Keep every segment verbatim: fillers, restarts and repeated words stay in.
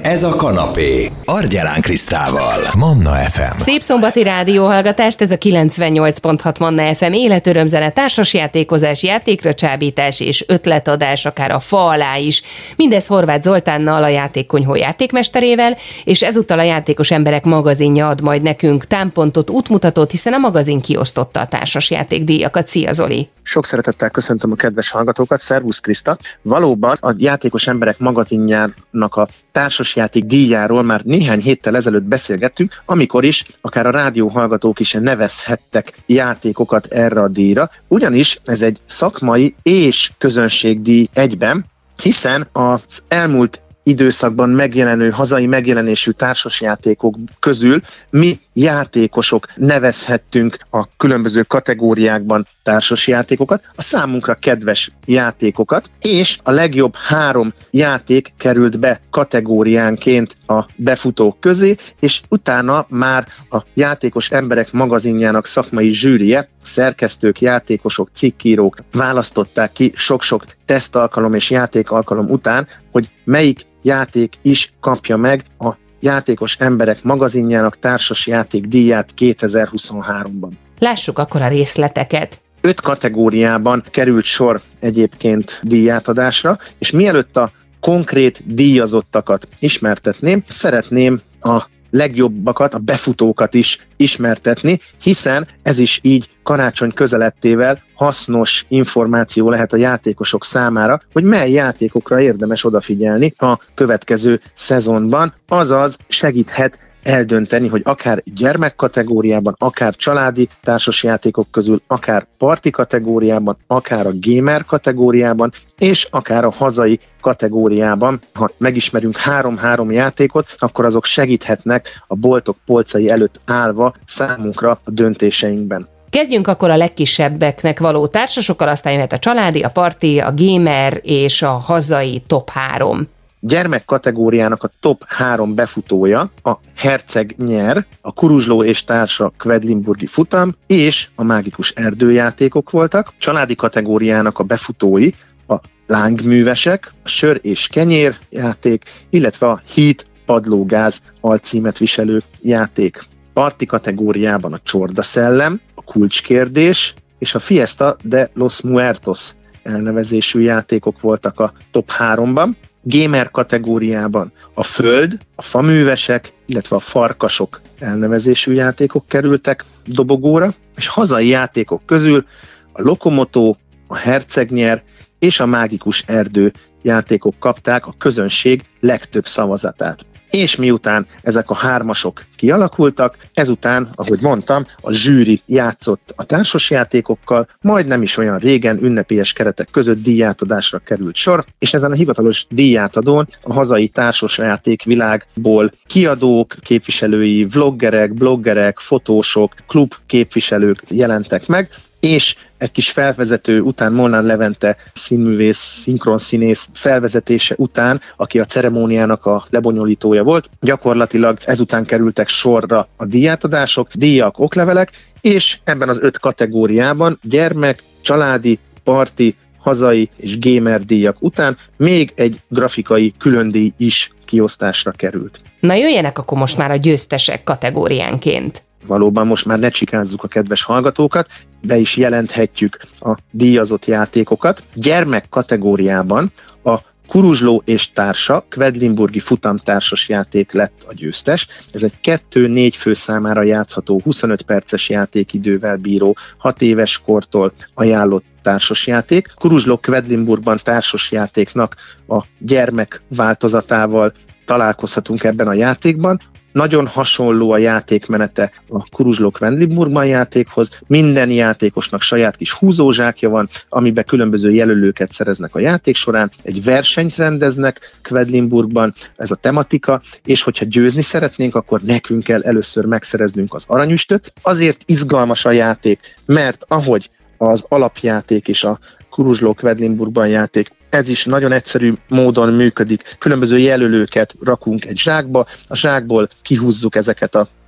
Ez a kanapé. Argyelán Krisztával. Manna ef em. Szép szombati rádióhallgatást, ez a kilencvennyolc pont hat Manna ef em életörömzene, társasjátékozás, játékra csábítás és ötletadás, akár a fa alá is. Mindez Horváth Zoltánnal, a Játékkonyhó játékmesterével, és ezúttal a Játékos Emberek magazinja ad majd nekünk támpontot, útmutatót, hiszen a magazin kiosztotta a társasjátékdíjakat. Szia, Zoli! Sok szeretettel köszöntöm a kedves hallgatókat, szervusz Kriszta! Valóban a Játékos Emberek magazinjának a társasjáték díjáról már néhány héttel ezelőtt beszélgettünk, amikor is akár a rádióhallgatók is nevezhettek játékokat erre a díjra, ugyanis ez egy szakmai és közönségdíj egyben, hiszen az elmúlt időszakban megjelenő, hazai megjelenésű társasjátékok közül mi játékosok nevezhettünk a különböző kategóriákban társasjátékokat, a számunkra kedves játékokat, és a legjobb három játék került be kategóriánként a befutók közé, és utána már a Játékos Emberek magazinjának szakmai zsűrije, szerkesztők, játékosok, cikkírók választották ki sok-sok tesztalkalom és játékalkalom után, hogy melyik játék is kapja meg a Játékos Emberek magazinjának társasjáték díját kétezer-huszonháromban. Lássuk akkor a részleteket. Öt kategóriában került sor egyébként díjátadásra, és mielőtt a konkrét díjazottakat ismertetném, szeretném a legjobbakat, a befutókat is ismertetni, hiszen ez is így karácsony közelettével hasznos információ lehet a játékosok számára, hogy mely játékokra érdemes odafigyelni a következő szezonban, azaz segíthet eldönteni, hogy akár gyermek kategóriában, akár családi társasjátékok közül, akár parti kategóriában, akár a gamer kategóriában, és akár a hazai kategóriában, ha megismerünk három-három játékot, akkor azok segíthetnek a boltok polcai előtt állva számunkra a döntéseinkben. Kezdjünk akkor a legkisebbeknek való társasokkal, aztán jöhet a családi, a parti, a gamer és a hazai top három. Gyermek kategóriának a top három befutója a Herceg nyer, a Kuruzsló és társa Quedlinburgi futam és a Mágikus erdőjátékok voltak. Családi kategóriának a befutói a Lángművesek, a Sör és kenyér játék, illetve a Heat padlógáz alcímet viselő játék. Parti kategóriában a Csorda szellem, a Kulcskérdés és a Fiesta de los Muertos elnevezésű játékok voltak a top háromban. Gamer kategóriában a Föld, a Faművesek, illetve a Farkasok elnevezésű játékok kerültek dobogóra, és hazai játékok közül a Lokomotó, a Herceg nyer és a Mágikus erdő játékok kapták a közönség legtöbb szavazatát. És miután ezek a hármasok kialakultak, ezután, ahogy mondtam, a zsűri játszott a társasjátékokkal, majd nem is olyan régen ünnepélyes keretek között díjátadásra került sor, és ezen a hivatalos díjátadón a hazai társasjáték világból kiadók, képviselői, vloggerek, bloggerek, fotósok, klub képviselők jelentek meg, és egy kis felvezető után Molnár Levente színművész, szinkronszínész felvezetése után, aki a ceremóniának a lebonyolítója volt, gyakorlatilag ezután kerültek sorra a díjátadások, díjak, oklevelek, és ebben az öt kategóriában gyermek, családi, parti, hazai és gamer díjak után még egy grafikai különdíj is kiosztásra került. Na jöjjenek akkor most már a győztesek kategóriánként. Valóban most már ne csikázzuk a kedves hallgatókat, be is jelenthetjük a díjazott játékokat. Gyermek kategóriában a Kuruzsló és társa Quedlinburgi futam társas játék lett a győztes. Ez egy kettő-négy fő számára játszható, huszonöt perces játékidővel bíró, hat éves kortól ajánlott társasjáték. Kuruzsló Quedlinburgban társasjátéknak a gyermek változatával találkozhatunk ebben a játékban. Nagyon hasonló a játékmenete a Kuruzsló Quedlinburgban játékhoz. Minden játékosnak saját kis húzózsákja van, amiben különböző jelölőket szereznek a játék során. Egy versenyt rendeznek Quedlinburgban, ez a tematika, és hogyha győzni szeretnénk, akkor nekünk kell először megszereznünk az aranyüstöt. Azért izgalmas a játék, mert ahogy az alapjáték és a Kuruzsló Quedlinburgban játék, ez is nagyon egyszerű módon működik. Különböző jelölőket rakunk egy zsákba, a zsákból kihúzzuk ezeket a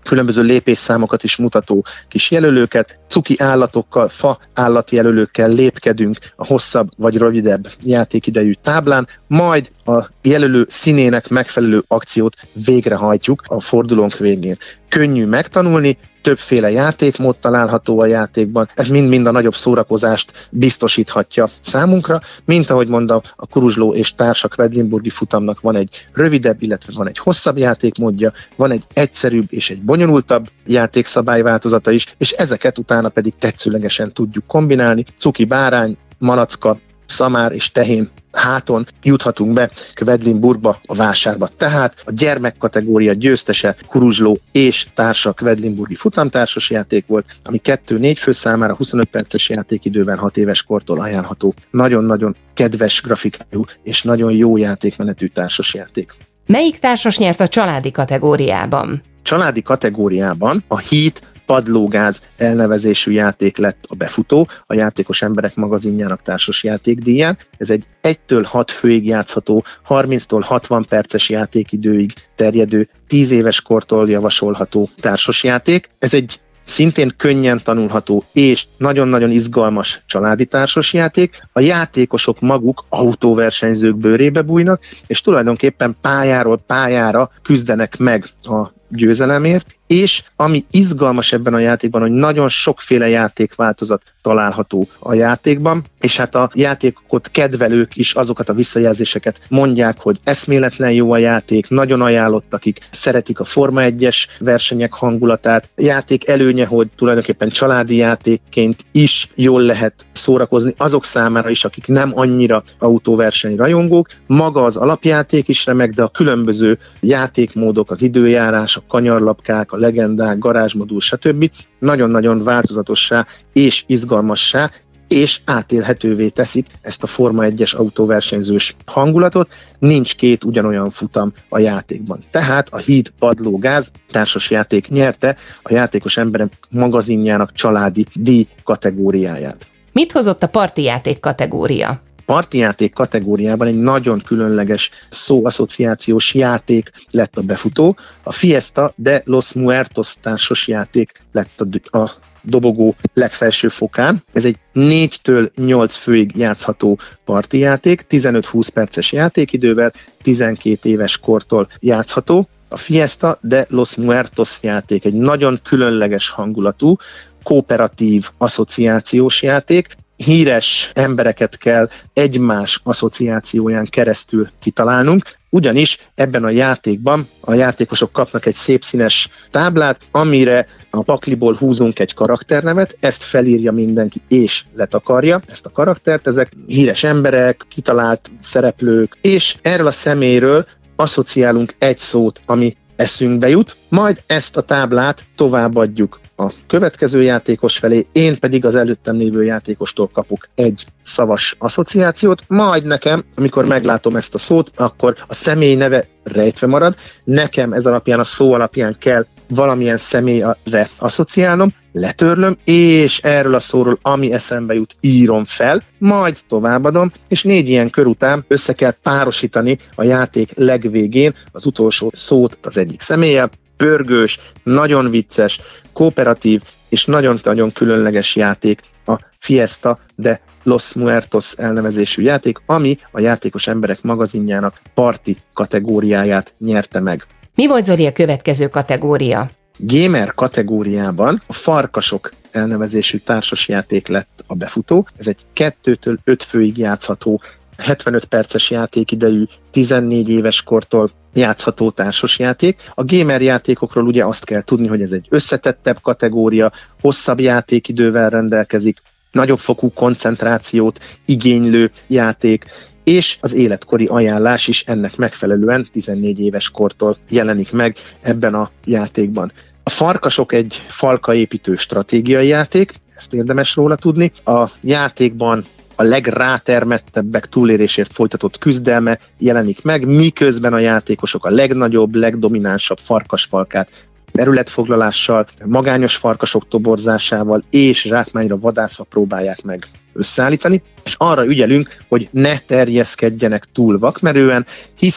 különböző lépésszámokat is mutató kis jelölőket, cuki állatokkal, fa állatjelölőkkel lépkedünk a hosszabb vagy rövidebb játékidejű táblán, majd a jelölő színének megfelelő akciót végrehajtjuk a fordulónk végén. Könnyű megtanulni, többféle játékmód található a játékban, ez mind-mind a nagyobb szórakozást biztosíthatja számunkra, mint ahogy mondom, a Kuruzsló és társa Quedlinburgi futamnak van egy rövidebb, illetve van egy hosszabb játékmódja, van egy egyszerűbb és egy bonyolultabb játékszabályváltozata is, és ezeket utána pedig tetszőlegesen tudjuk kombinálni. Cuki bárány, malacka, szamár és tehén háton juthatunk be Quedlinburgba, a vásárba. Tehát a gyermekkategória győztese Kuruzsló és társa Quedlinburgi futamtársas játék volt, ami kettő-négy fő számára huszonöt perces játékidőben hat éves kortól ajánlható. Nagyon-nagyon kedves grafikájú és nagyon jó játékmenetű társasjáték. Melyik társas nyert a családi kategóriában? Családi kategóriában a Heat padlógáz elnevezésű játék lett a befutó, a Játékos Emberek magazinjának társas játékdíján. Ez egy egytől hat főig játszható, harminctól hatvan perces játékidőig terjedő, tíz éves kortól javasolható társasjáték. Ez egy szintén könnyen tanulható és nagyon-nagyon izgalmas családi társasjáték. A játékosok maguk autóversenyzők bőrébe bújnak, és tulajdonképpen pályáról pályára küzdenek meg a győzelemért, és ami izgalmas ebben a játékban, hogy nagyon sokféle játékváltozat található a játékban, és hát a játékot kedvelők is azokat a visszajelzéseket mondják, hogy eszméletlen jó a játék, nagyon ajánlott, akik szeretik a Forma egyes versenyek hangulatát. Játék előnye, hogy tulajdonképpen családi játékként is jól lehet szórakozni azok számára is, akik nem annyira autóverseny rajongók. Maga az alapjáték is remek, de a különböző játékmódok, az időjárás, a kanyarlapkák, a legendák, garázsmodul, stb. Nagyon-nagyon változatossá és izgalmassá és átélhetővé teszik ezt a Forma egyes autóversenyzős hangulatot. Nincs két ugyanolyan futam a játékban. Tehát a Heat padlógáz társasjáték nyerte a Játékos Emberek magazinjának családi díj kategóriáját. Mit hozott a partijáték kategória? Partijáték kategóriában egy nagyon különleges szóasszociációs játék lett a befutó. A Fiesta de los Muertos társas játék lett a, a dobogó legfelső fokán. Ez egy négytől nyolc főig játszható partijáték, tizenöt-húsz perces játékidővel, tizenkét éves kortól játszható. A Fiesta de los Muertos játék egy nagyon különleges hangulatú, kooperatív asszociációs játék. Híres embereket kell egymás asszociációján keresztül kitalálnunk, ugyanis ebben a játékban a játékosok kapnak egy szép színes táblát, amire a pakliból húzunk egy karakternevet, ezt felírja mindenki és letakarja ezt a karaktert, ezek híres emberek, kitalált szereplők, és erről a személyről asszociálunk egy szót, ami eszünkbe jut, majd ezt a táblát továbbadjuk a következő játékos felé, én pedig az előttem lévő játékostól kapok egy szavas asszociációt, majd nekem, amikor meglátom ezt a szót, akkor a személy neve rejtve marad, nekem ez alapján, a szó alapján kell valamilyen személyre asszociálnom, letörlöm, és erről a szóról, ami eszembe jut, írom fel, majd továbbadom, és négy ilyen kör után össze kell párosítani a játék legvégén az utolsó szót az egyik személlyel. Pörgős, nagyon vicces, kooperatív és nagyon-nagyon különleges játék a Fiesta de los Muertos elnevezésű játék, ami a Játékos Emberek magazinjának parti kategóriáját nyerte meg. Mi volt, Zoli, a következő kategória? Gamer kategóriában a Farkasok elnevezésű társasjáték lett a befutó. Ez egy kettőtől öt főig játszható, hetvenöt perces játékidejű, tizennégy éves kortól játszható társasjáték. A gamer játékokról ugye azt kell tudni, hogy ez egy összetettebb kategória, hosszabb játékidővel rendelkezik, nagyobb fokú koncentrációt igénylő játék, és az életkori ajánlás is ennek megfelelően tizennégy éves kortól jelenik meg ebben a játékban. A Farkasok egy falkaépítő stratégiai játék, ezt érdemes róla tudni. A játékban a legrátermettebbek túlélésért folytatott küzdelme jelenik meg, miközben a játékosok a legnagyobb, legdominánsabb farkasfalkát területfoglalással, magányos farkasok toborzásával és zsákmányra vadászva próbálják meg összeállítani, és arra ügyelünk, hogy ne terjeszkedjenek túl vakmerően, hiszen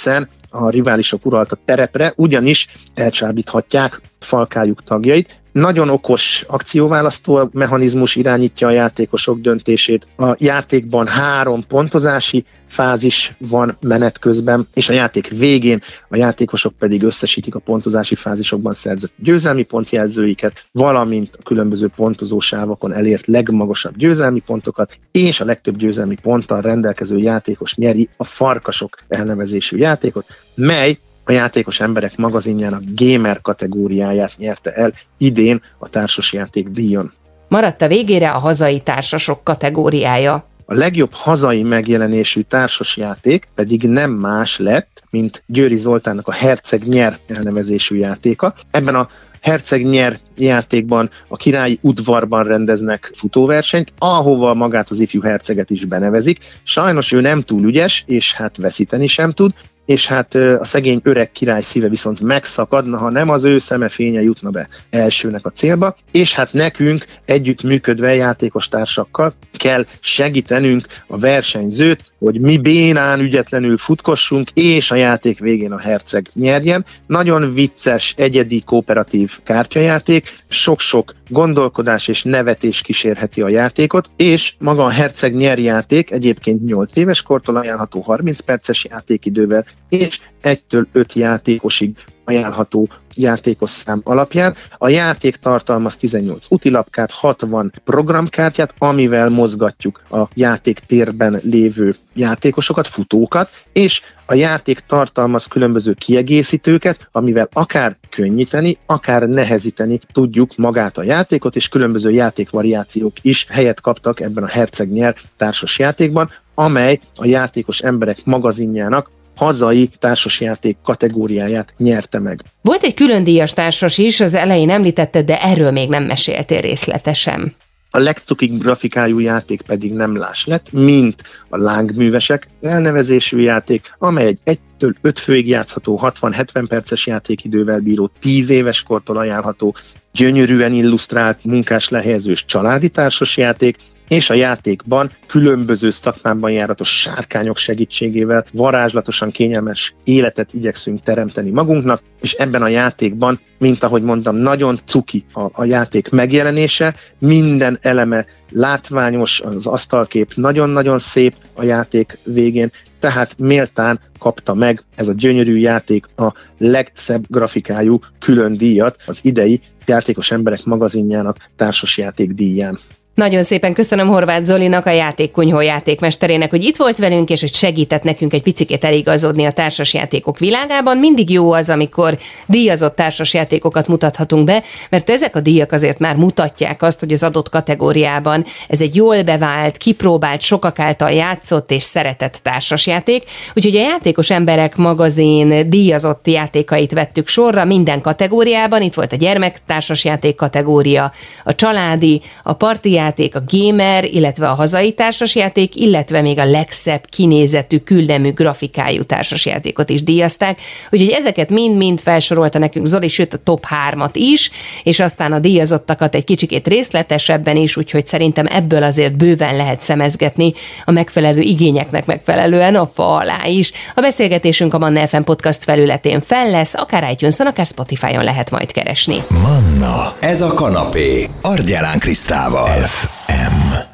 a riválisok uralta terepre, ugyanis elcsábíthatják falkájuk tagjait. Nagyon okos akcióválasztó mechanizmus irányítja a játékosok döntését. A játékban három pontozási fázis van menet közben, és a játék végén a játékosok pedig összesítik a pontozási fázisokban szerzett győzelmi pontjelzőiket, valamint a különböző pontozósávokon elért legmagasabb győzelmi pontokat, és a legtöbb győzelmi ponttal rendelkező játékos nyeri a Farkasok elnevezésű játékot, mely a Játékos Emberek magazinjának gamer kategóriáját nyerte el idén a társasjáték díjon. Maradt a végére a hazai társasok kategóriája. A legjobb hazai megjelenésű társasjáték pedig nem más lett, mint Győri Zoltánnak a Herceg nyer elnevezésű játéka. Ebben a Herceg nyer játékban a királyi udvarban rendeznek futóversenyt, ahova magát az ifjú herceget is benevezik. Sajnos ő nem túl ügyes, és hát veszíteni sem tud, és hát a szegény öreg király szíve viszont megszakadna, ha nem az ő szeme fénye jutna be elsőnek a célba, és hát nekünk együtt működve játékos társakkal kell segítenünk a versenyzőt, hogy mi bénán ügyetlenül futkossunk, és a játék végén a herceg nyerjen. Nagyon vicces, egyedi, kooperatív kártyajáték, sok-sok gondolkodás és nevetés kísérheti a játékot, és maga a Herceg nyer játék egyébként nyolc éves kortól ajánlható harminc perces játékidővel, és egytől öt játékosig ajánlható játékos szám alapján. A játék tartalmaz tizennyolc útilapkát, hatvan programkártyát, amivel mozgatjuk a játéktérben lévő játékosokat, futókat, és a játék tartalmaz különböző kiegészítőket, amivel akár könnyíteni, akár nehezíteni tudjuk magát a játékot, és különböző játékvariációk is helyet kaptak ebben a Herceg nyer társas játékban, amely a Játékos Emberek magazinjának hazai társasjáték kategóriáját nyerte meg. Volt egy külön díjas társas is, az elején említetted, de erről még nem meséltél részletesen. A legcukig grafikájú játék pedig nem más lett, mint a Lángművesek elnevezésű játék, amely egy egytől öt főig játszható, hatvan-hetven perces játékidővel bíró, tíz éves kortól ajánlható, gyönyörűen illusztrált, munkás lehelyezős családi társasjáték, és a játékban különböző szakmában járatos sárkányok segítségével varázslatosan kényelmes életet igyekszünk teremteni magunknak, és ebben a játékban, mint ahogy mondtam, nagyon cuki a, a játék megjelenése, minden eleme látványos, az asztalkép nagyon-nagyon szép a játék végén, tehát méltán kapta meg ez a gyönyörű játék a legszebb grafikájú külön díjat az idei Játékos Emberek magazinjának társasjáték díján. Nagyon szépen köszönöm Horváth Zolinak, a Játékkunyhó játékmesterének, hogy itt volt velünk, és hogy segített nekünk egy picikét eligazodni a társasjátékok világában. Mindig jó az, amikor díjazott társasjátékokat mutathatunk be, mert ezek a díjak azért már mutatják azt, hogy az adott kategóriában ez egy jól bevált, kipróbált, sokak által játszott és szeretett társasjáték. Úgyhogy a Játékos Emberek magazin díjazott játékait vettük sorra minden kategóriában. Itt volt a gyermektársasjáték kategória, a családi, a parti játék, a gamer, illetve a hazai társasjáték, illetve még a legszebb kinézetű, küllemű grafikájú társasjátékot is díjazták. Úgyhogy ezeket mind-mind felsorolta nekünk Zoli, sőt a top hármat is, és aztán a díjazottakat egy kicsikét részletesebben is, úgyhogy szerintem ebből azért bőven lehet szemezgetni a megfelelő igényeknek megfelelően a fa alá is. A beszélgetésünk a Manna ef em podcast felületén fenn lesz, akár iTunes-on, akár Spotify-on lehet majd keresni. Manna, ez a kanapé, Argyelán Krisztával. ef em